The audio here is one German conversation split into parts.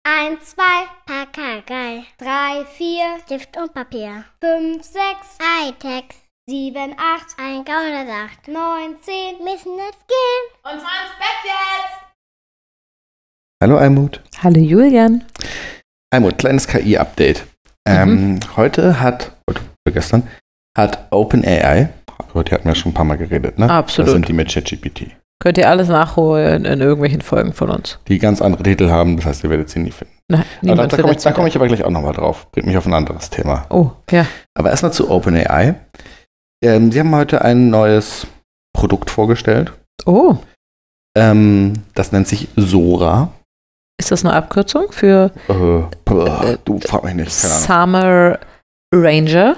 1, 2, Pakagei. 3, 4, Stift und Papier. 5, 6, Hightech. 7, 8, ein Gauner sagt. 9, 10, müssen jetzt gehen. Und zwar ins Bett jetzt! Hallo Almut. Hallo Julian. Almut, kleines KI-Update. Heute oder gestern, hat OpenAI, über die hatten wir schon ein paar Mal geredet, ne? Absolut. Das sind die mit ChatGPT. Könnt ihr alles nachholen in irgendwelchen Folgen von uns. Die ganz andere Titel haben, das heißt, ihr werdet sie nie finden. Nein, Da komme ich aber gleich auch nochmal drauf. Bringt mich auf ein anderes Thema. Oh, ja. Aber erstmal zu OpenAI. Sie haben heute ein neues Produkt vorgestellt. Oh. Das nennt sich Sora. Ist das eine Abkürzung für Du frag mich nicht, keine Ahnung. Summer Ranger?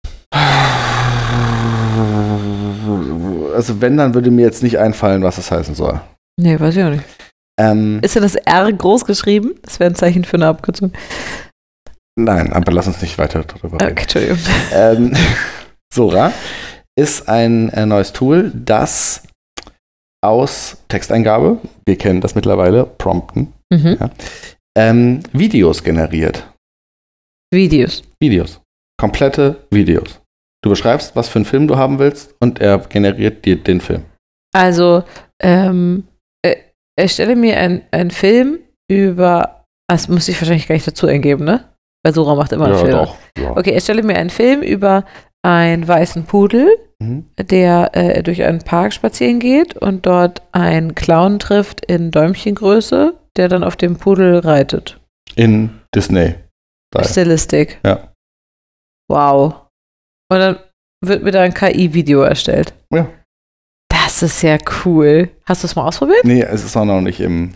Also wenn, dann würde mir jetzt nicht einfallen, was das heißen soll. Nee, weiß ich auch nicht. Ist denn das R groß geschrieben? Das wäre ein Zeichen für eine Abkürzung. Nein, aber lass uns nicht weiter darüber reden. Okay, Entschuldigung. Sora ist ein neues Tool, das aus Texteingabe, wir kennen das mittlerweile, Prompten, Videos generiert. Videos. Komplette Videos. Du beschreibst, was für einen Film du haben willst und er generiert dir den Film. Also, erstelle mir einen Film über, das muss ich wahrscheinlich gar nicht dazu eingeben, ne? Weil Sora macht immer einen Film. Doch, ja. Okay, erstelle mir einen Film über einen weißen Pudel, der durch einen Park spazieren geht und dort einen Clown trifft in Däumchengröße, der dann auf dem Pudel reitet. In Disney. Stilistik. Ja. Wow. Und dann wird mir da ein KI-Video erstellt. Ja. Das ist ja cool. Hast du es mal ausprobiert? Nee, es ist auch noch nicht im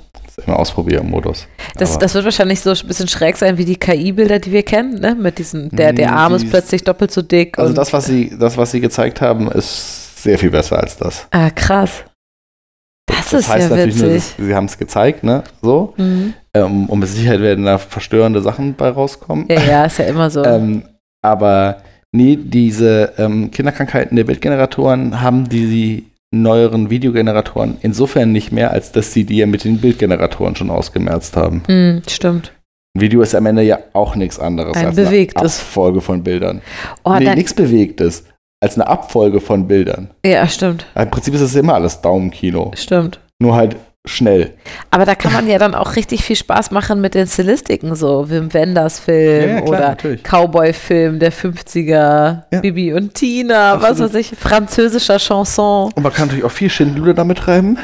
Ach Ausprobiermodus. so. Das wird wahrscheinlich so ein bisschen schräg sein wie die KI-Bilder, die wir kennen, ne? Mit diesen, der Arm ist plötzlich doppelt so dick. Also das, was sie gezeigt haben, ist sehr viel besser als das. Ah, krass. Das ist heißt ja natürlich witzig. nur, sie haben es gezeigt, ne? So. Und mit Sicherheit werden da verstörende Sachen bei rauskommen. Ja, ist ja immer so. Aber nee, diese Kinderkrankheiten der Bildgeneratoren haben die neueren Videogeneratoren insofern nicht mehr, als dass sie die ja mit den Bildgeneratoren schon ausgemerzt haben. Stimmt. Ein Video ist am Ende ja auch nichts anderes Ein als bewegtes. eine Abfolge von Bildern. Oh, nichts Bewegtes, als eine Abfolge von Bildern. Ja, stimmt. Im Prinzip ist es immer alles Daumenkino. Stimmt. Nur halt schnell. Aber da kann man ja dann auch richtig viel Spaß machen mit den Stilistiken, so Wim Wenders Film Ja, klar, oder natürlich. Cowboy-Film der 50er, Ja. Bibi und Tina, Absolut. was weiß ich, französischer Chanson. Und man kann natürlich auch viel Schindluder damit treiben.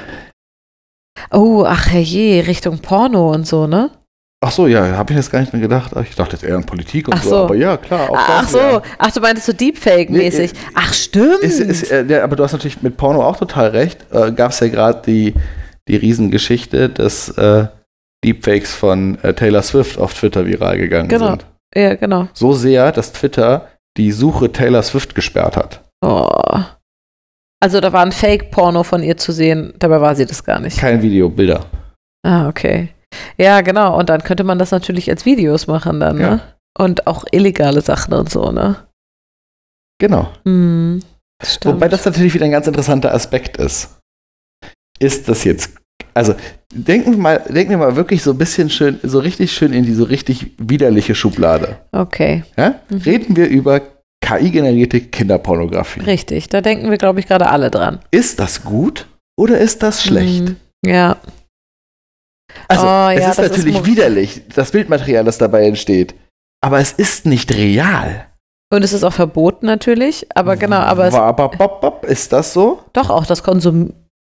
Oh, ach herrje, Richtung Porno und so, ne? Ach so, ja, habe ich jetzt gar nicht mehr gedacht. Ich dachte jetzt eher an Politik und Ach so. so. Aber ja, klar. Auch Ach das, so, ja. ach du meintest so Deepfake-mäßig. Ach stimmt. Aber du hast natürlich mit Porno auch total recht. Gab es ja gerade die Riesengeschichte des Deepfakes von Taylor Swift auf Twitter viral gegangen sind. Ja, genau. So sehr, dass Twitter die Suche Taylor Swift gesperrt hat. Oh. Also da war ein Fake-Porno von ihr zu sehen, dabei war sie das gar nicht. Kein Video, Bilder. Ah, okay. Ja, genau. Und dann könnte man das natürlich als Videos machen dann, Ja. ne? Und auch illegale Sachen und so, ne? Genau. Stimmt. Wobei das natürlich wieder ein ganz interessanter Aspekt ist. Ist das jetzt, also denken wir mal wirklich so ein bisschen schön, so richtig schön in die so richtig widerliche Schublade. Okay, Ja? Reden wir über KI-generierte Kinderpornografie. richtig. Da denken wir, glaube ich, gerade alle dran. Ist das gut oder ist das schlecht? Ja. Also, es ja, ist das natürlich ist widerlich, das Bildmaterial, das dabei entsteht. Aber es ist nicht real. Und es ist auch verboten natürlich, aber genau, aber Ist das so? doch auch das Konsum.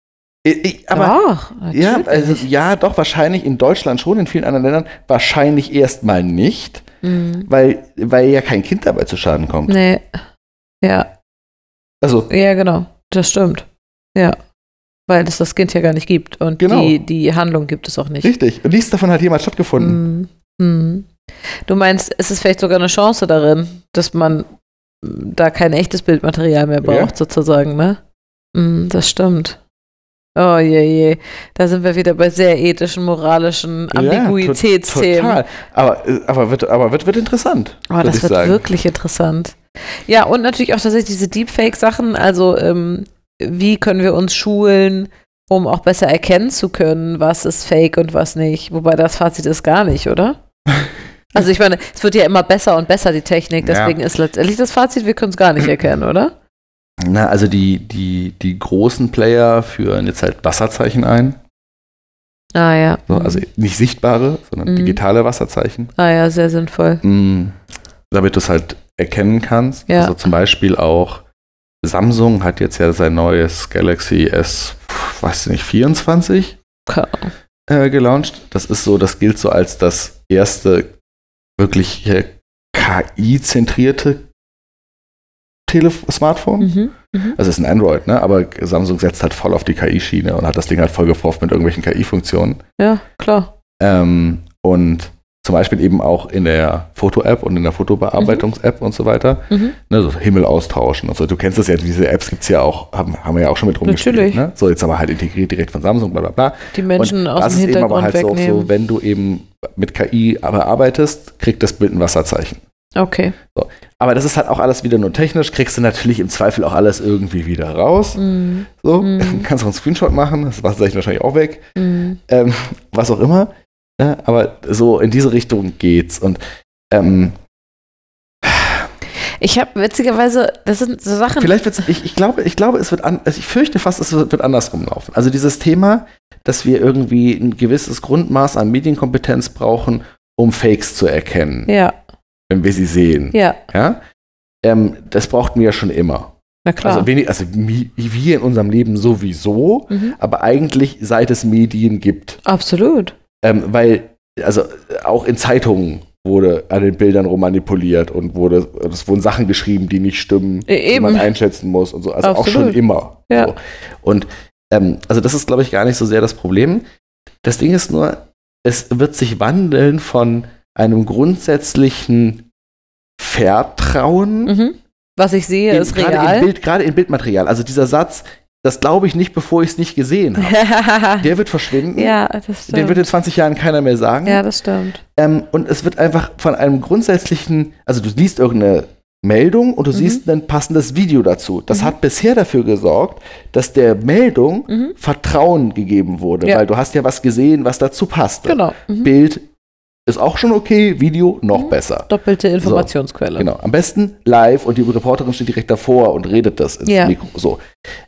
Aber Doch, ja, natürlich. ja, doch, wahrscheinlich in Deutschland schon, in vielen anderen Ländern wahrscheinlich erstmal nicht, weil ja kein Kind dabei zu Schaden kommt. Nee. Ja. Also, Ja, genau. Das stimmt. Ja. Weil es das Kind ja gar nicht gibt. Und Genau. die Handlung gibt es auch nicht. richtig. Und nichts davon hat jemals stattgefunden. Du meinst, ist es vielleicht sogar eine Chance darin, dass man da kein echtes Bildmaterial mehr braucht, sozusagen, ne? Das stimmt. Oh je. Da sind wir wieder bei sehr ethischen, moralischen Ambiguitätsthemen. Total. Aber wird interessant. Oh, das wird wirklich interessant. Ja, und natürlich auch tatsächlich diese Deepfake-Sachen. Also, wie können wir uns schulen, um auch besser erkennen zu können, was ist fake und was nicht. Wobei das Fazit ist gar nicht, oder? Also ich meine, es wird ja immer besser und besser, die Technik. Deswegen ist letztendlich das Fazit, wir können es gar nicht erkennen, oder? Na, also die großen Player führen jetzt halt Wasserzeichen ein. Ah ja. So, also nicht sichtbare, sondern digitale Wasserzeichen. Ah ja, sehr sinnvoll. Damit du es halt erkennen kannst. Ja. Also zum Beispiel auch Samsung hat jetzt ja sein neues Galaxy S, weiß nicht, 24 gelauncht. Das ist so, das gilt so als das erste wirklich KI-zentrierte Smartphone. Also es ist ein Android, ne? Aber Samsung setzt halt voll auf die KI-Schiene und hat das Ding halt voll geforft mit irgendwelchen KI-Funktionen. Ja, klar. Und zum Beispiel eben auch in der Foto-App und in der Fotobearbeitungs-App und so weiter. Ne, so Himmel austauschen und so. Du kennst das ja, diese Apps gibt es ja auch, haben wir ja auch schon mit rumgespielt. Natürlich. Ne? So, jetzt aber halt integriert direkt von Samsung, bla bla bla. Die Menschen und aus dem Hintergrund wegnehmen. Das ist eben aber halt wegnehmen. so, wenn du eben mit KI bearbeitest, kriegt das Bild ein Wasserzeichen. Okay. So. Aber das ist halt auch alles wieder nur technisch, kriegst du natürlich im Zweifel auch alles irgendwie wieder raus. So, kannst auch einen Screenshot machen, das Wasserzeichen wahrscheinlich auch weg. Was auch immer. Ja, aber so in diese Richtung geht's. Und ich habe witzigerweise, das sind so Sachen. Vielleicht wird's, ich glaube, es wird ich fürchte fast, es wird andersrum laufen. Also dieses Thema, dass wir irgendwie ein gewisses Grundmaß an Medienkompetenz brauchen, um Fakes zu erkennen. Ja. Wenn wir sie sehen. Ja. Das brauchten wir ja schon immer. Na klar. Also wir in unserem Leben sowieso, aber eigentlich seit es Medien gibt. Absolut. Weil, also auch in Zeitungen wurde an den Bildern rummanipuliert und es wurden Sachen geschrieben, die nicht stimmen, die man einschätzen muss und so. Also Absolut. auch schon immer. Ja. So. Und also das ist, glaube ich, gar nicht so sehr das Problem. Das Ding ist nur, es wird sich wandeln von einem grundsätzlichen Vertrauen. Was ich sehe, ist real. Gerade in Bildmaterial. Also dieser Satz, das glaube ich nicht, bevor ich es nicht gesehen habe. Der wird verschwinden. Ja, das stimmt. Den wird in 20 Jahren keiner mehr sagen. Ja, das stimmt. Und es wird einfach von einem grundsätzlichen, also du liest irgendeine Meldung und du siehst ein passendes Video dazu. Das hat bisher dafür gesorgt, dass der Meldung Vertrauen gegeben wurde, weil du hast ja was gesehen, was dazu passt. Genau. Bild ist auch schon okay, Video noch besser. Doppelte Informationsquelle. So, genau. Am besten live und die Reporterin steht direkt davor und redet das ins Mikro. So.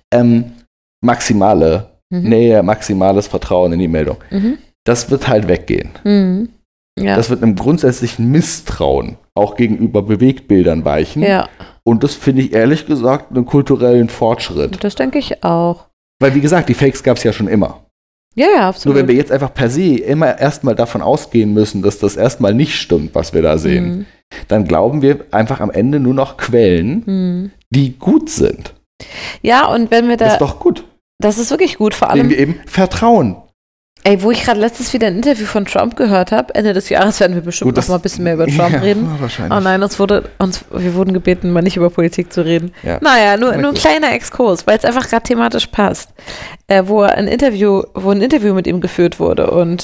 Maximale Nähe, maximales Vertrauen in die Meldung. Das wird halt weggehen. Ja. Das wird einem grundsätzlichen Misstrauen auch gegenüber Bewegtbildern weichen. Ja. Und das finde ich ehrlich gesagt einen kulturellen Fortschritt. Das denke ich auch. Weil, wie gesagt, die Fakes gab es ja schon immer. Ja, absolut. Nur wenn wir jetzt einfach per se immer erstmal davon ausgehen müssen, dass das erstmal nicht stimmt, was wir da sehen, dann glauben wir einfach am Ende nur noch Quellen, die gut sind. Ja, und wenn wir da. Das ist doch gut. Das ist wirklich gut, vor allem. Denen wir eben vertrauen. Ey, wo ich gerade letztens wieder ein Interview von Trump gehört habe, Ende des Jahres werden wir bestimmt noch mal ein bisschen mehr über Trump reden. Wahrscheinlich. Oh nein, wir wurden gebeten, mal nicht über Politik zu reden. Ja. Naja, nur ein kleiner Exkurs, weil es einfach gerade thematisch passt. Wo ein Interview mit ihm geführt wurde und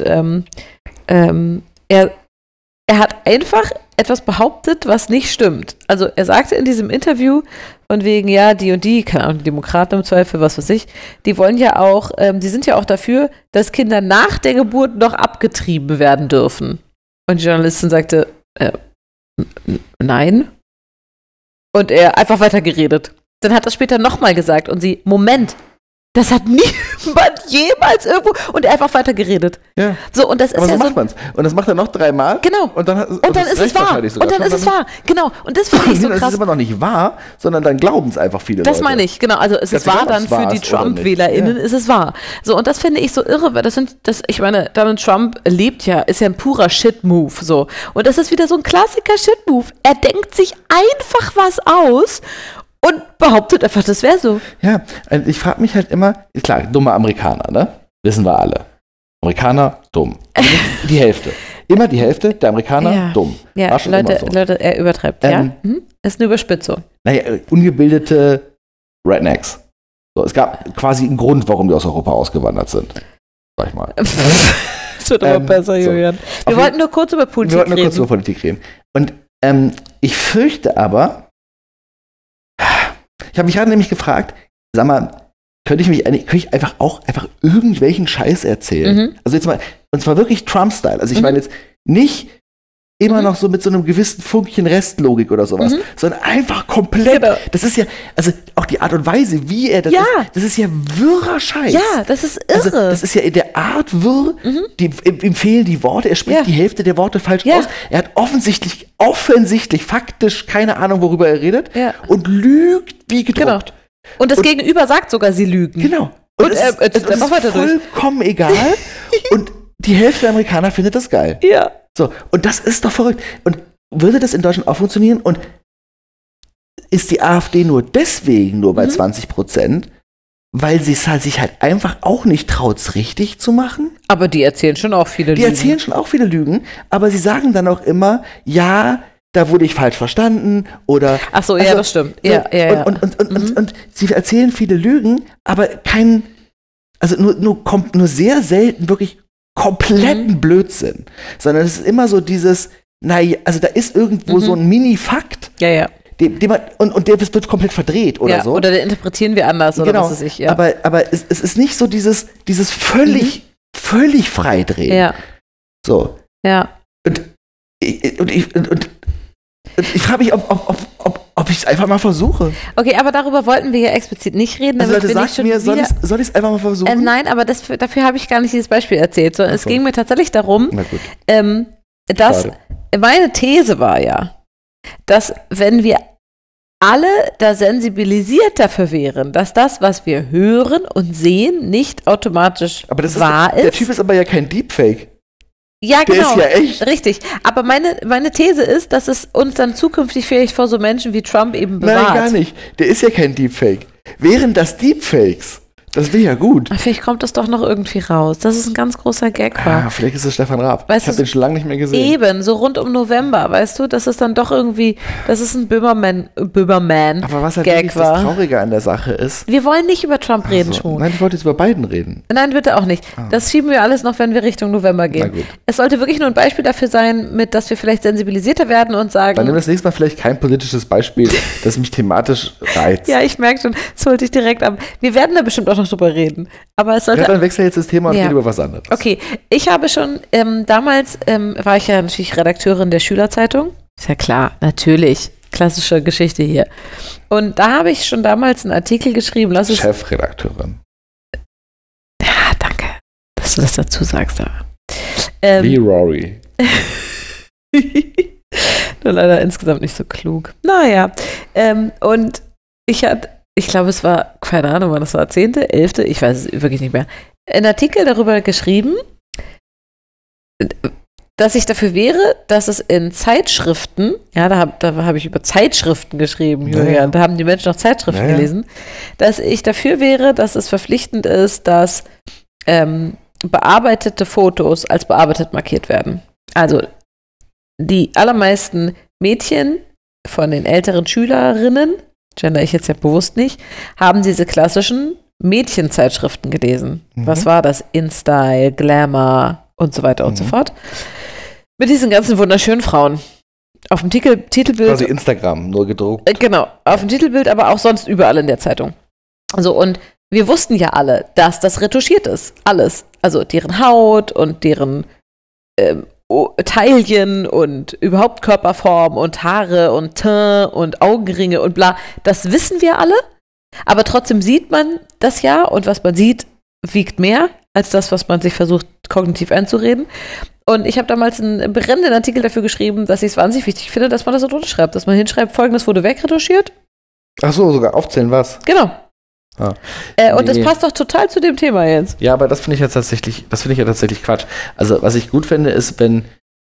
er hat einfach etwas behauptet, was nicht stimmt. Also er sagte in diesem Interview von wegen, ja, die und die, keine Ahnung, die Demokraten im Zweifel, was weiß ich, die wollen ja auch, die sind ja auch dafür, dass Kinder nach der Geburt noch abgetrieben werden dürfen. Und die Journalistin sagte, nein. Und er einfach weitergeredet. Dann hat er später nochmal gesagt und sie, Moment, das hat niemand jemals irgendwo. Und er einfach weiter geredet. Ja. So, und das ist aber ja so macht man's. Und das macht er noch 3 Mal. Genau. Und dann ist es wahr. Und dann ist es wahr. Genau. Und das finde ich so krass. Das ist immer noch nicht wahr, sondern dann glauben es einfach viele Leute. Das meine ich, genau. Also es ist wahr, dann für die Trump-WählerInnen ist es wahr. So, und das finde ich so irre, weil ich meine, Donald Trump ist ja ein purer Shit-Move. So. Und das ist wieder so ein Klassiker Shit-Move. Er denkt sich einfach was aus und behauptet einfach, das wäre so. Ja, ich frage mich halt immer, klar, dumme Amerikaner, ne? Wissen wir alle. Amerikaner, dumm. Also die Hälfte. Immer die Hälfte der Amerikaner, dumm. Ja, Leute, er übertreibt, ja. Ist eine Überspitzung. Naja, ungebildete Rednecks. So, es gab quasi einen Grund, warum die aus Europa ausgewandert sind. Sag ich mal. Es wird immer besser, Julian. Wir wollten nur kurz über Politik reden. Und ich fürchte aber, ich habe mich gerade nämlich gefragt, sag mal, könnte ich einfach irgendwelchen Scheiß erzählen. Also jetzt mal, und zwar wirklich Trump-Style. Also ich meine jetzt nicht immer noch so mit so einem gewissen Funkchen Restlogik oder sowas, sondern einfach komplett, das ist ja, also auch die Art und Weise, wie er das ist, das ist ja wirrer Scheiß. Ja, das ist irre. Also das ist ja in der Art wirr, ihm fehlen die Worte, er spricht die Hälfte der Worte falsch aus, er hat offensichtlich, faktisch keine Ahnung, worüber er redet und lügt wie gedruckt. Genau. Und das Gegenüber sagt sogar, sie lügen. Genau. Und es ist vollkommen egal und die Hälfte der Amerikaner findet das geil. Ja. So, und das ist doch verrückt. Und würde das in Deutschland auch funktionieren? Und ist die AfD nur deswegen nur bei 20%, weil sie es halt sich halt einfach auch nicht traut, es richtig zu machen? Aber die erzählen schon auch viele Lügen. Die erzählen schon auch viele Lügen, aber sie sagen dann auch immer, ja, da wurde ich falsch verstanden oder... Ach so, ja, das stimmt. So, und sie erzählen viele Lügen, aber nur sehr selten wirklich kompletten Blödsinn, sondern es ist immer so dieses, also da ist irgendwo so ein Mini-Fakt, den man, und der wird komplett verdreht oder so. Oder den interpretieren wir anders oder was weiß ich. Ja. Aber es ist nicht so dieses völlig freidrehen. Ja. So. Ja. Und ich frage mich, ob ich es einfach mal versuche. Okay, aber darüber wollten wir ja explizit nicht reden. Also Leute, sagt mir, soll ich es einfach mal versuchen? Nein, aber dafür habe ich gar nicht dieses Beispiel erzählt, sondern es ging mir tatsächlich darum, dass meine These war ja, dass wenn wir alle da sensibilisiert dafür wären, dass das, was wir hören und sehen, nicht automatisch wahr ist. Der Typ ist aber ja kein Deepfake. Ja, genau. Der ist ja echt. Richtig. Aber meine These ist, dass es uns dann zukünftig vielleicht vor so Menschen wie Trump eben bewahrt. Nein, gar nicht. Der ist ja kein Deepfake. Wären das Deepfakes, das wäre ja gut. Vielleicht kommt das doch noch irgendwie raus. Das ist ein ganz großer Gag war. Vielleicht ist es Stefan Raab. Weißt ich habe den schon lange nicht mehr gesehen. Eben, so rund um November, weißt du, dass es dann doch irgendwie, dass es ein Böhmerman Aber was halt Gag war. Das Traurige an der Sache ist. Wir wollen nicht über Trump reden, Schmuck. Nein, ich wollte jetzt über Biden reden. Nein, bitte auch nicht. Das schieben wir alles noch, wenn wir Richtung November gehen. Na gut. Es sollte wirklich nur ein Beispiel dafür sein, dass wir vielleicht sensibilisierter werden und sagen. Dann nimm das nächste Mal vielleicht kein politisches Beispiel, das mich thematisch reizt. Ja, ich merke schon, das wollte ich direkt ab. Wir werden da bestimmt auch noch drüber reden. Aber es sollte. Ja, dann wechsel jetzt das Thema und rede über was anderes. Okay, ich habe schon, damals war ich ja natürlich Redakteurin der Schülerzeitung. Ist ja klar, natürlich. Klassische Geschichte hier. Und da habe ich schon damals einen Artikel geschrieben. Chefredakteurin. Ja, danke, dass du das dazu sagst. Wie Rory. Nur leider insgesamt nicht so klug. Naja, und ich glaube, es war, keine Ahnung, wann das war, 10., 11., ich weiß es wirklich nicht mehr, einen Artikel darüber geschrieben, dass ich dafür wäre, dass es in Zeitschriften, ja, da hab ich über Zeitschriften geschrieben, Julian, da haben die Menschen noch Zeitschriften gelesen, dass ich dafür wäre, dass es verpflichtend ist, dass bearbeitete Fotos als bearbeitet markiert werden. Also die allermeisten Mädchen von den älteren Schülerinnen, gender ich jetzt ja bewusst nicht, haben diese klassischen Mädchenzeitschriften gelesen. Was war das? InStyle, Glamour und so weiter und so fort. Mit diesen ganzen wunderschönen Frauen. Auf dem Titelbild. Quasi Instagram, nur gedruckt. Genau, auf dem Titelbild, aber auch sonst überall in der Zeitung. So, und wir wussten ja alle, dass das retuschiert ist. Alles. Also deren Haut und deren Teilchen und überhaupt Körperform und Haare und Teint und Augenringe und bla. Das wissen wir alle. Aber trotzdem sieht man das ja und was man sieht, wiegt mehr als das, was man sich versucht, kognitiv einzureden. Und ich habe damals einen brennenden Artikel dafür geschrieben, dass ich es wahnsinnig wichtig finde, dass man das so drunter schreibt. Dass man hinschreibt, Folgendes wurde wegretuschiert. Ach so, sogar aufzählen was. Genau. Und das passt doch total zu dem Thema jetzt. Ja, aber das finde ich ja tatsächlich Quatsch. Also, was ich gut finde, ist, wenn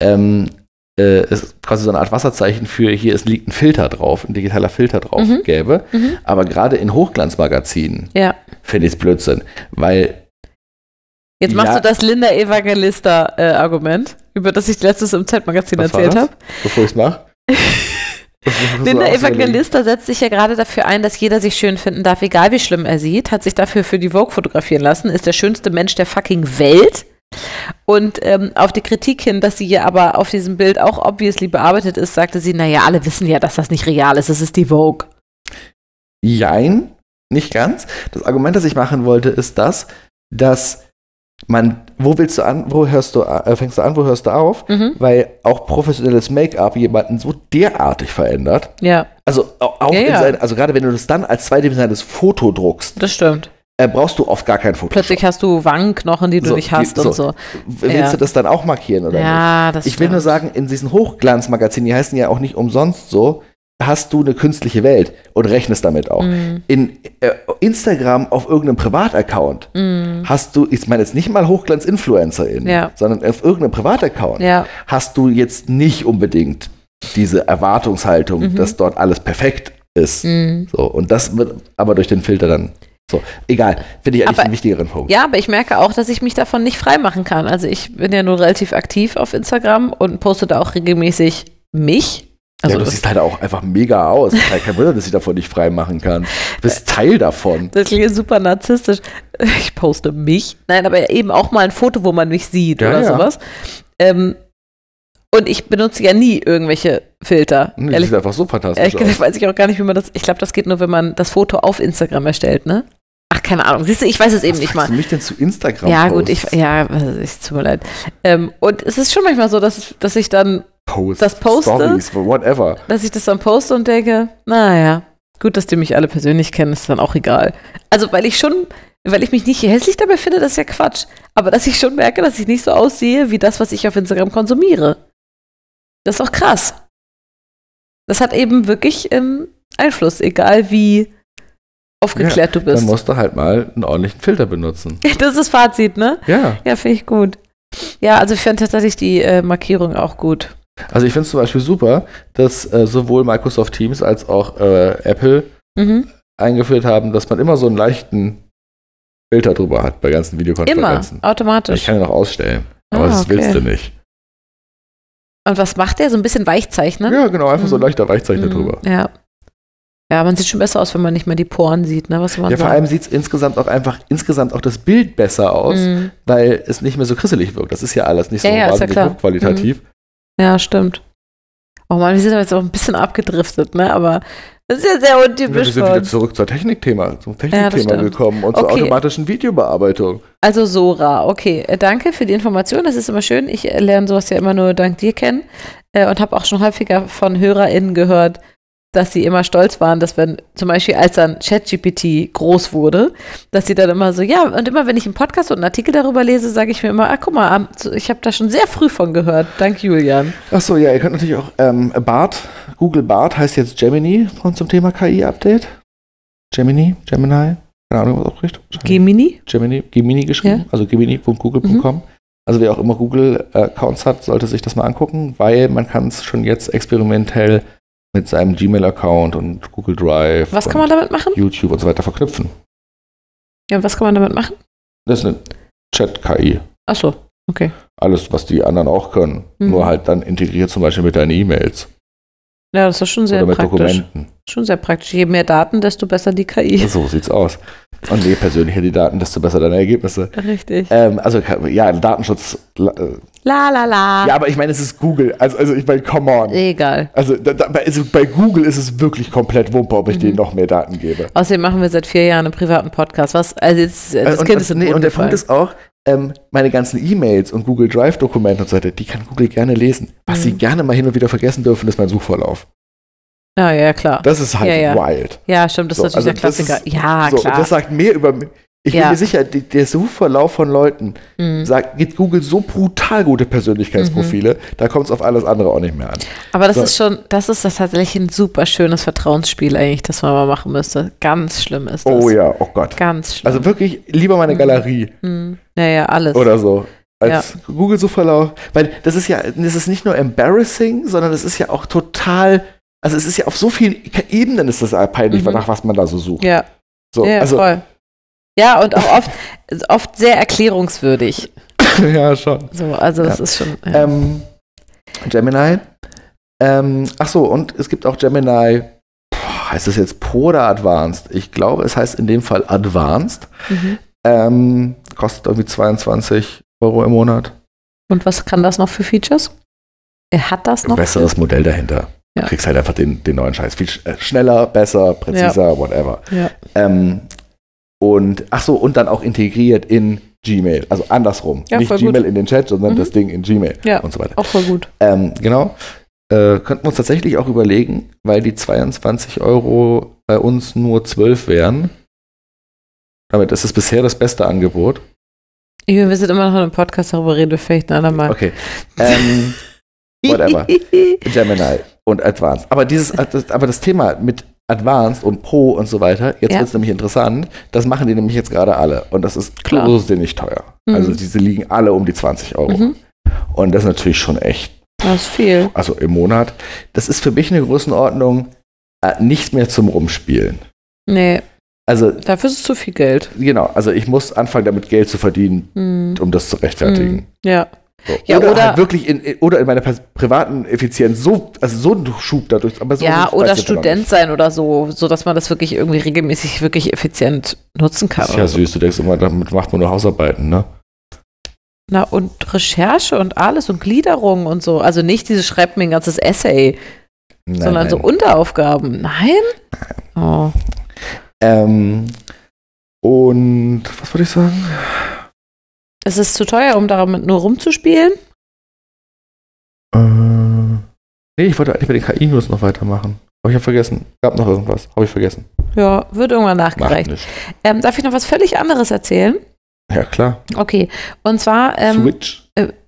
es quasi so eine Art Wasserzeichen für hier, es liegt ein Filter drauf, ein digitaler Filter drauf gäbe. Aber gerade in Hochglanzmagazinen finde ich es Blödsinn, weil jetzt machst du das Linda Evangelista-Argument, über das ich letztes im Z-Magazin erzählt habe. Bevor ich es mache. Linda Evangelista setzt sich ja gerade dafür ein, dass jeder sich schön finden darf, egal wie schlimm er sieht, hat sich dafür für die Vogue fotografieren lassen, ist der schönste Mensch der fucking Welt. Und auf die Kritik hin, dass sie ja aber auf diesem Bild auch obviously bearbeitet ist, sagte sie, naja, alle wissen ja, dass das nicht real ist, es ist die Vogue. Jein, nicht ganz. Das Argument, das ich machen wollte, ist das, dass man, wo fängst du an, wo hörst du auf? Weil auch professionelles Make-up jemanden so derartig verändert. Ja. Also auch also gerade wenn du das dann als zweidimensionales Foto druckst. Das stimmt. Brauchst du oft gar kein Foto. Plötzlich hast du Wangenknochen, die du nicht hast und so. Willst du das dann auch markieren oder nicht? Das Ich will nur sagen, in diesen Hochglanzmagazinen, die heißen ja auch nicht umsonst so, hast du eine künstliche Welt und rechnest damit auch. In Instagram auf irgendeinem Privataccount hast du, ich meine jetzt nicht mal Hochglanz-InfluencerInnen, sondern auf irgendeinem Privataccount hast du jetzt nicht unbedingt diese Erwartungshaltung, dass dort alles perfekt ist. So, und das wird aber durch den Filter dann so, egal, finde ich eigentlich einen wichtigeren Punkt. Ja, aber ich merke auch, dass ich mich davon nicht frei machen kann. Also ich bin ja nur relativ aktiv auf Instagram und poste da auch regelmäßig mich. Also du siehst halt auch einfach mega aus. Kein Wunder, dass ich davon nicht frei machen kann. Du bist Teil davon. Das klingt super narzisstisch. Ich poste mich. Nein, aber eben auch mal ein Foto, wo man mich sieht oder sowas. Und ich benutze ja nie irgendwelche Filter. Das sieht einfach so fantastisch aus. Weiß ich auch gar nicht, wie man das. Ich glaube, das geht nur, wenn man das Foto auf Instagram erstellt, ne? Ach, keine Ahnung. Siehst du, ich weiß es eben nicht mal. Was du mich denn zu Instagram Ja, gut, es tut mir leid. Und es ist schon manchmal so, dass ich dann das poste. Stories, whatever. Dass ich das dann poste und denke, naja, gut, dass die mich alle persönlich kennen, ist dann auch egal. Also, weil ich mich nicht hässlich dabei finde, das ist ja Quatsch. Aber dass ich schon merke, dass ich nicht so aussehe, wie das, was ich auf Instagram konsumiere. Das ist auch krass. Das hat eben wirklich Einfluss, egal wie aufgeklärt du bist. Dann musst du halt mal einen ordentlichen Filter benutzen. Das ist das Fazit, ne? Ja. Ja, finde ich gut. Ja, also ich finde tatsächlich die Markierung auch gut. Also ich finde es zum Beispiel super, dass sowohl Microsoft Teams als auch Apple eingeführt haben, dass man immer so einen leichten Filter drüber hat bei ganzen Videokonferenzen. Immer, automatisch. Ich kann ja noch ausstellen, aber das willst du nicht. Und was macht der? So ein bisschen weichzeichnen? Ja, genau, einfach so ein leichter Weichzeichner drüber. Ja. Ja, man sieht schon besser aus, wenn man nicht mehr die Poren sieht, ne? Was man vor allem sieht es insgesamt auch das Bild besser aus, weil es nicht mehr so krisselig wirkt. Das ist ja alles nicht so wahnsinnig hochqualitativ. Ja, stimmt. Oh Mann, wir sind jetzt auch ein bisschen abgedriftet, ne? Aber das ist ja sehr untypisch. Wir sind wieder zurück zum Technikthema gekommen und zur automatischen Videobearbeitung. Also Sora, okay. Danke für die Information, das ist immer schön. Ich lerne sowas ja immer nur dank dir kennen und habe auch schon häufiger von HörerInnen gehört, dass sie immer stolz waren, dass wenn, zum Beispiel als dann ChatGPT groß wurde, dass sie dann immer so, ja, und immer wenn ich einen Podcast und einen Artikel darüber lese, sage ich mir immer, guck mal, ich habe da schon sehr früh von gehört. Dank Julian. Achso, ja, ihr könnt natürlich auch Google Bard heißt jetzt Gemini zum Thema KI-Update. Gemini, keine Ahnung, was auch richtig. Gemini geschrieben, also gemini.google.com. Also wer auch immer Google-Accounts hat, sollte sich das mal angucken, weil man kann es schon jetzt experimentell mit seinem Gmail-Account und Google Drive. Was kann man damit machen? YouTube und so weiter verknüpfen. Ja, was kann man damit machen? Das ist eine Chat-KI. Ach so, okay. Alles, was die anderen auch können. Nur halt dann integriert zum Beispiel mit deinen E-Mails. Ja, das ist schon sehr praktisch. Oder mit Dokumenten. Schon sehr praktisch. Je mehr Daten, desto besser die KI. So sieht's aus. Und je persönlicher die Daten, desto besser deine Ergebnisse. Richtig. Datenschutz. La. Ja, aber ich meine, es ist Google. Also ich meine, come on. Egal. Also bei Google ist es wirklich komplett Wumpe, ob ich denen noch mehr Daten gebe. Außerdem machen wir seit 4 Jahren einen privaten Podcast. Was? Also jetzt, das Kind ist im und der Punkt ist auch, meine ganzen E-Mails und Google Drive-Dokumente und so weiter, die kann Google gerne lesen. Was sie gerne mal hin und wieder vergessen dürfen, ist mein Suchverlauf. Ja, klar. Das ist halt wild. Ja, stimmt, das ist natürlich der Klassiker. Klar. Und das sagt mehr über mich. Ich bin mir sicher, der Suchverlauf von Leuten gibt Google so brutal gute Persönlichkeitsprofile, da kommt es auf alles andere auch nicht mehr an. Aber das ist tatsächlich ein super schönes Vertrauensspiel eigentlich, das man mal machen müsste. Ganz schlimm ist das. Oh ja, oh Gott. Ganz schlimm. Also wirklich lieber meine Galerie. Ja, alles. Oder so. Als Google-Suchverlauf. Weil das ist nicht nur embarrassing, sondern es ist ja auch total, also es ist ja auf so vielen Ebenen ist das peinlich, nach was man da so sucht. Ja. So, ja, also, voll. Ja, und auch oft sehr erklärungswürdig. Ja, schon. So, also das ist schon. Ja. Gemini. Und es gibt auch Gemini, heißt das jetzt Pro oder Advanced? Ich glaube, es heißt in dem Fall Advanced. Kostet irgendwie 22 € im Monat. Und was kann das noch für Features? Er hat das noch? Ein besseres Modell dahinter. Du kriegst halt einfach den neuen Scheiß. Viel schneller, besser, präziser, whatever. Ja. Und dann auch integriert in Gmail. Also andersrum. Ja, nicht voll Gmail gut. in den Chat, sondern das Ding in Gmail Ja, und so weiter. auch voll gut. Genau. Könnten wir uns tatsächlich auch überlegen, weil die 22 € bei uns nur 12 wären. Damit ist es bisher das beste Angebot. Wir sind immer noch in einem Podcast, darüber reden wir vielleicht ein andermal. Okay. Whatever. Gemini und Advanced. Aber das Thema mit Advanced und Pro und so weiter, jetzt wird es nämlich interessant, das machen die nämlich jetzt gerade alle. Und das ist irrsinnig teuer. Also diese liegen alle um die 20 €. Und das ist natürlich schon echt. Das ist viel. Also im Monat. Das ist für mich eine Größenordnung nicht mehr zum Rumspielen. Nee. Also, dafür ist es zu viel Geld. Genau, also ich muss anfangen, damit Geld zu verdienen, um das zu rechtfertigen. Ja. So. Ja, oder halt wirklich in meiner privaten Effizienz so ein Schub dadurch. Aber so oder Student sein oder so dass man das wirklich irgendwie regelmäßig wirklich effizient nutzen kann. Das ist ja süß, du denkst immer, damit macht man nur Hausarbeiten, ne? Na, und Recherche und alles und Gliederung und so. Also nicht dieses schreibt mir ein ganzes Essay, sondern so Unteraufgaben. Nein? Oh. Und was wollte ich sagen? Es ist zu teuer, um damit nur rumzuspielen? Nee, ich wollte eigentlich bei den KI-News noch weitermachen. Aber ich habe vergessen. Gab noch irgendwas. Habe ich vergessen. Ja, wird irgendwann nachgereicht. Darf ich noch was völlig anderes erzählen? Ja, klar. Okay. Und zwar Switch.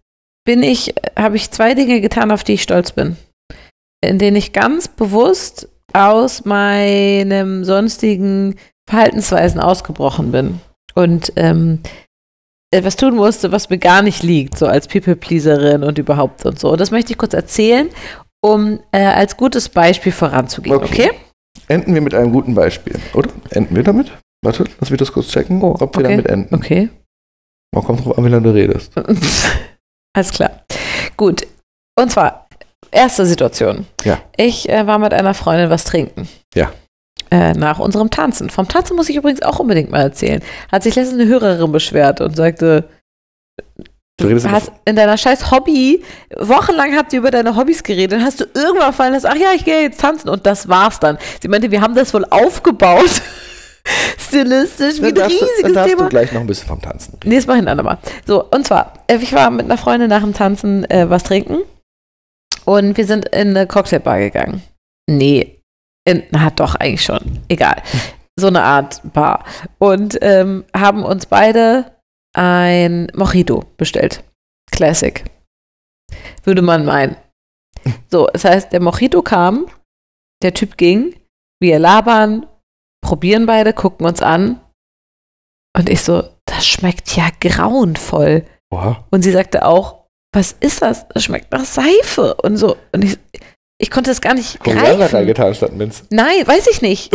habe ich 2 Dinge getan, auf die ich stolz bin. In denen ich ganz bewusst aus meinem sonstigen Verhaltensweisen ausgebrochen bin. Und etwas tun musste, was mir gar nicht liegt, so als People-Pleaserin und überhaupt und so. Und das möchte ich kurz erzählen, um als gutes Beispiel voranzugehen, okay? Enden wir mit einem guten Beispiel, oder? Enden wir damit? Warte, lass mich das kurz checken, ob wir damit enden. Okay. Kommt drauf an, wie lange du redest. Alles klar. Gut. Und zwar, erste Situation. Ja. Ich war mit einer Freundin was trinken. Ja. Nach unserem Tanzen. Vom Tanzen muss ich übrigens auch unbedingt mal erzählen. Hat sich letztens eine Hörerin beschwert und sagte, du hast in deiner scheiß Hobby, wochenlang habt ihr über deine Hobbys geredet, hast du irgendwann fallen lassen, ach ja, ich gehe jetzt tanzen und das war's dann. Sie meinte, wir haben das wohl aufgebaut. Stilistisch, wie ein riesiges Thema. Dann darfst du gleich noch ein bisschen vom Tanzen. Nee, das mach ich ein andermal. So, und zwar, ich war mit einer Freundin nach dem Tanzen was trinken und wir sind in eine Cocktailbar gegangen. Nee. Doch, eigentlich schon. Egal. So eine Art Bar. Und haben uns beide ein Mojito bestellt. Classic. Würde man meinen. So, das heißt, der Mojito kam, der Typ ging, wir labern, probieren beide, gucken uns an. Und ich so, das schmeckt ja grauenvoll. Oha. Und sie sagte auch, was ist das? Das schmeckt nach Seife. Und so. Und ich konnte das gar nicht greifen. Reingetan statt Minz. Nein, weiß ich nicht.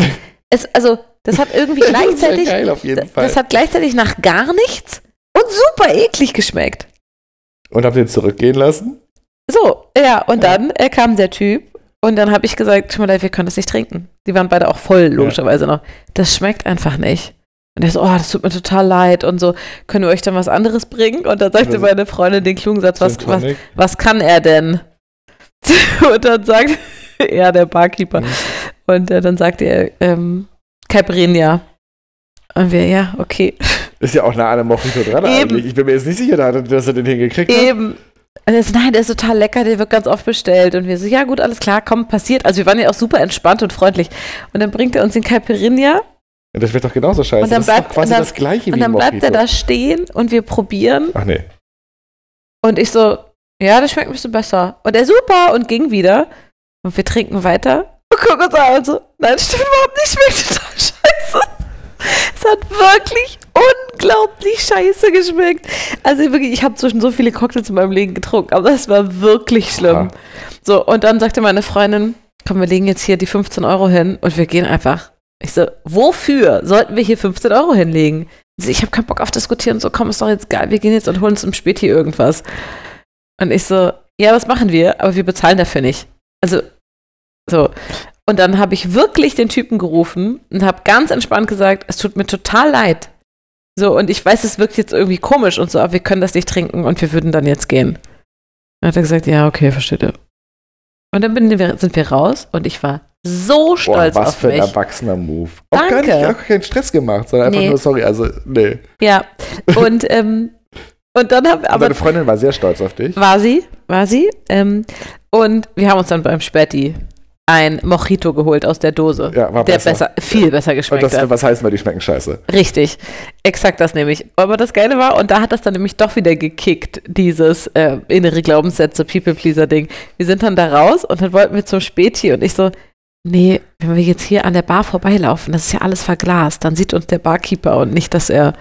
Das hat irgendwie gleichzeitig, das ist ja geil auf jeden Fall. Das hat gleichzeitig nach gar nichts und super eklig geschmeckt. Und habt ihr ihn zurückgehen lassen? So, ja, und dann kam der Typ und dann habe ich gesagt, tut mir leid, wir können das nicht trinken. Die waren beide auch voll, logischerweise noch. Das schmeckt einfach nicht. Und er so, das tut mir total leid und so, können wir euch dann was anderes bringen? Und dann sagte meine Freundin den klugen Satz, was kann er denn? Und dann sagt er, der Barkeeper, und dann sagt er, Caipirinha. Und wir, ja, okay. Ist ja auch nah an einem Mojito dran eigentlich. Ich bin mir jetzt nicht sicher, dass er den hingekriegt hat. Eben. Und er so, nein, der ist total lecker, der wird ganz oft bestellt. Und wir so, ja gut, alles klar, komm, passiert. Also wir waren ja auch super entspannt und freundlich. Und dann bringt er uns den Caipirinha. Ja, das wird doch genauso scheiße. Und dann das ist doch quasi das Gleiche wie ein Mojito. Und dann bleibt er da stehen und wir probieren. Ach nee. Und ich so, ja, das schmeckt ein bisschen besser. Und er super und ging wieder. Und wir trinken weiter. Und gucken uns an und so, nein, stimmt überhaupt nicht, schmeckt total scheiße. Es hat wirklich unglaublich scheiße geschmeckt. Also wirklich, ich habe zwischen so viele Cocktails in meinem Leben getrunken, aber das war wirklich schlimm. Aha. So, und dann sagte meine Freundin, komm, wir legen jetzt hier die 15 € hin und wir gehen einfach. Ich so, wofür sollten wir hier 15 € hinlegen? So, ich habe keinen Bock auf diskutieren. So, komm, ist doch jetzt geil, wir gehen jetzt und holen uns im Späti irgendwas. Und ich so, ja, das machen wir, aber wir bezahlen dafür nicht. Also, so. Und dann habe ich wirklich den Typen gerufen und habe ganz entspannt gesagt, es tut mir total leid. So, und ich weiß, es wirkt jetzt irgendwie komisch und so, aber wir können das nicht trinken und wir würden dann jetzt gehen. Dann hat er gesagt, ja, okay, versteht ihr. Und dann sind wir raus und ich war so stolz was auf für ein mich. erwachsener Move. Danke. Auch keinen Stress gemacht, sondern einfach nur, sorry, also, nee. Ja, und dann Aber deine Freundin war sehr stolz auf dich. War sie. Und wir haben uns dann beim Spätti ein Mojito geholt aus der Dose. Ja, war der viel besser geschmeckt hat. Was heißt, weil die schmecken scheiße. Richtig, exakt das nämlich. Aber das Geile war, und da hat das dann nämlich doch wieder gekickt, dieses innere Glaubenssätze, People-Pleaser-Ding. Wir sind dann da raus und dann wollten wir zum Späti und ich so, nee, wenn wir jetzt hier an der Bar vorbeilaufen, das ist ja alles verglast, dann sieht uns der Barkeeper und nicht, dass er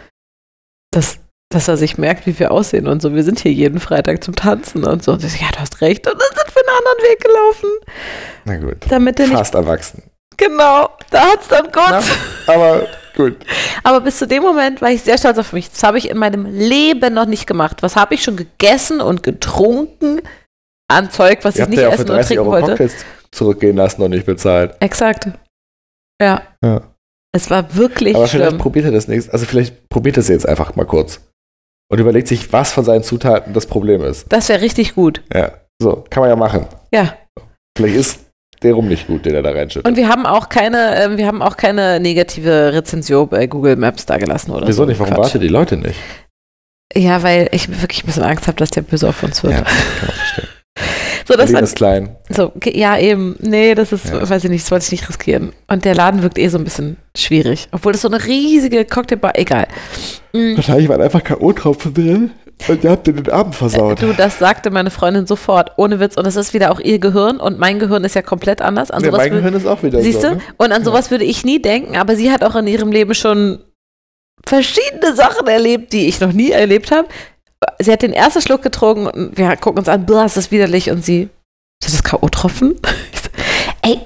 sich merkt, wie wir aussehen und so. Wir sind hier jeden Freitag zum Tanzen und so. Und ich so, ja, du hast recht. Und dann sind wir einen anderen Weg gelaufen. Na gut. Damit fast erwachsen. Genau, da hat's dann kurz. Aber gut. Aber bis zu dem Moment war ich sehr stolz auf mich. Das habe ich in meinem Leben noch nicht gemacht. Was habe ich schon gegessen und getrunken an Zeug, was ich nicht essen und trinken wollte? Cocktails zurückgehen lassen und nicht bezahlt. Exakt. Ja. Es war wirklich aber schlimm. Aber vielleicht probiert er das nächste. Also vielleicht probiert er es jetzt einfach mal kurz. Und überlegt sich, was von seinen Zutaten das Problem ist. Das wäre richtig gut. Ja, so, kann man ja machen. Ja. Vielleicht ist der Rum nicht gut, den er da reinschüttet. Und wir haben auch keine negative Rezension bei Google Maps da gelassen, oder? Wieso nicht? Warum warten die Leute nicht? Ja, weil ich wirklich ein bisschen Angst habe, dass der böse auf uns wird. Ja, kann man verstehen. So, das Berlin ist klein. So, okay, ja, eben. Nee, das ist, weiß ich nicht, das wollte ich nicht riskieren. Und der Laden wirkt so ein bisschen schwierig. Obwohl das so eine riesige Cocktailbar, egal. Wahrscheinlich waren einfach K.O.-Tropfen drin und ihr habt dir den Abend versaut. Du, das sagte meine Freundin sofort, ohne Witz. Und das ist wieder auch ihr Gehirn und mein Gehirn ist ja komplett anders. An mein Gehirn ist auch wieder siehst so. Siehst du? Und an sowas würde ich nie denken, aber sie hat auch in ihrem Leben schon verschiedene Sachen erlebt, die ich noch nie erlebt habe. Sie hat den ersten Schluck getrunken und wir gucken uns an, ist das widerlich und sie, sind das K.O.-Tropfen? Ey,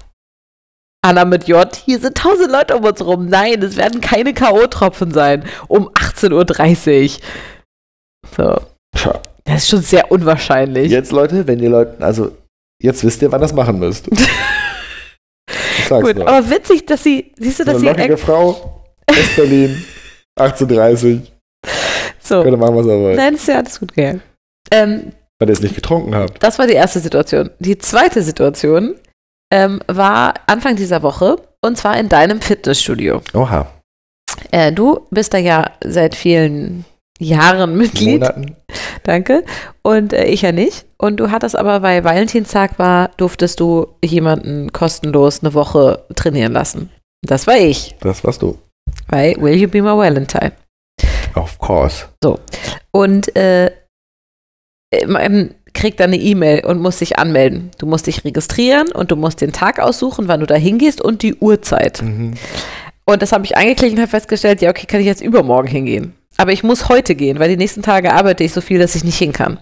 Anna mit J, hier sind 1000 Leute um uns rum. Nein, es werden keine K.O.-Tropfen sein. Um 18.30 Uhr. So. Tja. Das ist schon sehr unwahrscheinlich. Jetzt, Leute, wenn ihr Leuten, also, jetzt wisst ihr, wann das machen müsst. Ich sag's Gut, nur. aber witzig, dass sie, siehst du, dass eine sie... lockige Frau, West-Berlin, 18.30 Uhr. So. Könnt ihr machen, was ihr wollt. Nein, ist ja alles gut, gell. Weil ihr es nicht getrunken habt. Das war die erste Situation. Die zweite Situation war Anfang dieser Woche und zwar in deinem Fitnessstudio. Oha. Du bist da ja seit vielen Jahren Mitglied. Monaten. Danke. Und ich ja nicht. Und du hattest aber, weil Valentinstag war, durftest du jemanden kostenlos eine Woche trainieren lassen. Das war ich. Das warst du. Weil Will You Be My Valentine? Of course. So. Und man kriegt dann eine E-Mail und muss sich anmelden. Du musst dich registrieren und du musst den Tag aussuchen, wann du da hingehst und die Uhrzeit. Mhm. Und das habe ich angeklickt und habe festgestellt, ja, okay, kann ich jetzt übermorgen hingehen. Aber ich muss heute gehen, weil die nächsten Tage arbeite ich so viel, dass ich nicht hin kann.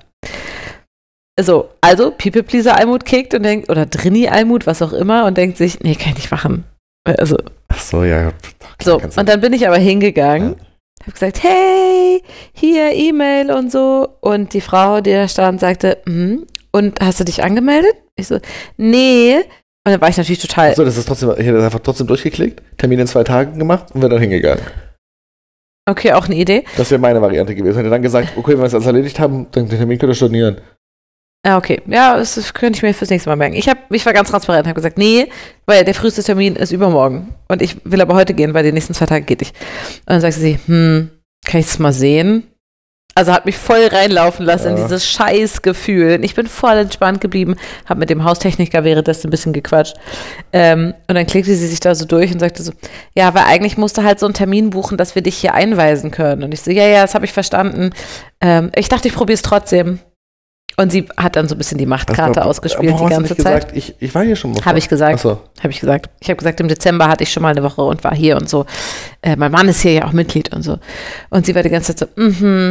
So, also People-Pleaser-Almut kickt und denkt, oder Drini-Almut, was auch immer, und denkt sich, nee, kann ich nicht machen. Also. Ach so, ja. So, und dann bin ich aber hingegangen. Ja. Habe gesagt, hey, hier E-Mail und so. Und die Frau, die da stand, sagte, und hast du dich angemeldet? Ich so, nee. Und dann war ich natürlich total... Achso, das ist trotzdem, ich hätte das einfach trotzdem durchgeklickt, Termin in 2 Tagen gemacht und wäre dann hingegangen. Okay, auch eine Idee. Das wäre meine Variante gewesen. Hätte dann gesagt, okay, wenn wir es alles erledigt haben, dann den Termin könnt ihr stornieren. Ja, okay. Ja, das könnte ich mir fürs nächste Mal merken. Ich war ganz transparent und habe gesagt, nee, weil der früheste Termin ist übermorgen. Und ich will aber heute gehen, weil die nächsten 2 Tage geht nicht. Und dann sagte sie, kann ich es mal sehen? Also hat mich voll reinlaufen lassen in dieses Scheißgefühl. Ich bin voll entspannt geblieben, habe mit dem Haustechniker währenddessen ein bisschen gequatscht. Und dann klickte sie sich da so durch und sagte so, ja, weil eigentlich musst du halt so einen Termin buchen, dass wir dich hier einweisen können. Und ich so, ja, das habe ich verstanden. Ich dachte, ich probiere es trotzdem. Und sie hat dann so ein bisschen die Machtkarte ausgespielt die ganze Zeit. Gesagt? Ich war hier schon mal. Habe ich gesagt. Ach so. Habe ich gesagt. Ich habe gesagt, im Dezember hatte ich schon mal eine Woche und war hier und so. Mein Mann ist hier ja auch Mitglied und so. Und sie war die ganze Zeit so,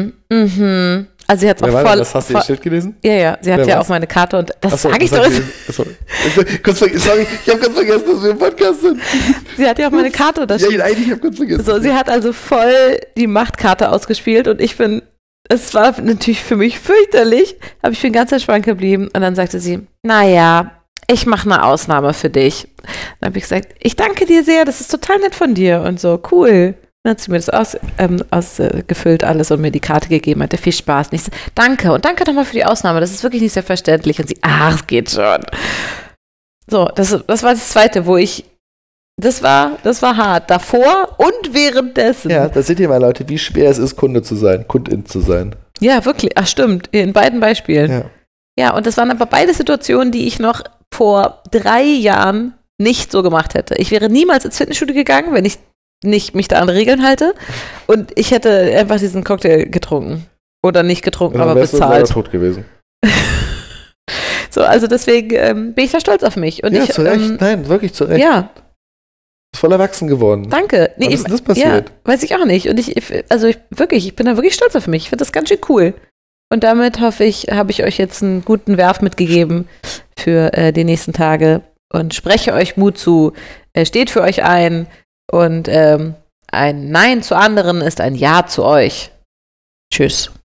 Also sie hat es auch voll... Das hast du ihr Schild gelesen? Ja. Sie hat ja auch meine Karte und das sage ich doch. Sorry, ich habe kurz vergessen, dass wir im Podcast sind. Sie hat ja auch meine Karte unterschrieben. Ja, eigentlich, ich habe kurz vergessen. So, sie hat also voll die Machtkarte ausgespielt und es war natürlich für mich fürchterlich, aber ich bin ganz entspannt geblieben. Und dann sagte sie, naja, ich mache eine Ausnahme für dich. Dann habe ich gesagt, ich danke dir sehr, das ist total nett von dir und so, cool. Dann hat sie mir das ausgefüllt alles und mir die Karte gegeben, hatte viel Spaß. Und ich so, danke und danke nochmal für die Ausnahme, das ist wirklich nicht selbstverständlich. Und sie, es geht schon. So, das war das Zweite, wo ich, das war hart. Davor und währenddessen. Ja, da seht ihr mal, Leute, wie schwer es ist, Kundin zu sein. Ja, wirklich. Ach, stimmt. In beiden Beispielen. Ja. Ja, und das waren aber beide Situationen, die ich noch vor 3 Jahren nicht so gemacht hätte. Ich wäre niemals ins Fitnessstudio gegangen, wenn ich nicht mich da an Regeln halte. Und ich hätte einfach diesen Cocktail getrunken. Oder nicht getrunken, aber bezahlt. Du tot gewesen. So, also deswegen bin ich da stolz auf mich. Und ja, ich, zu Recht. Nein, wirklich zu Recht. Ja. Ist voll erwachsen geworden. Danke. Wann ist denn das passiert? Ja, weiß ich auch nicht. Und ich bin da wirklich stolz auf mich. Ich finde das ganz schön cool. Und damit hoffe ich, habe ich euch jetzt einen guten Werf mitgegeben für die nächsten Tage und spreche euch Mut zu. Steht für euch ein und ein Nein zu anderen ist ein Ja zu euch. Tschüss.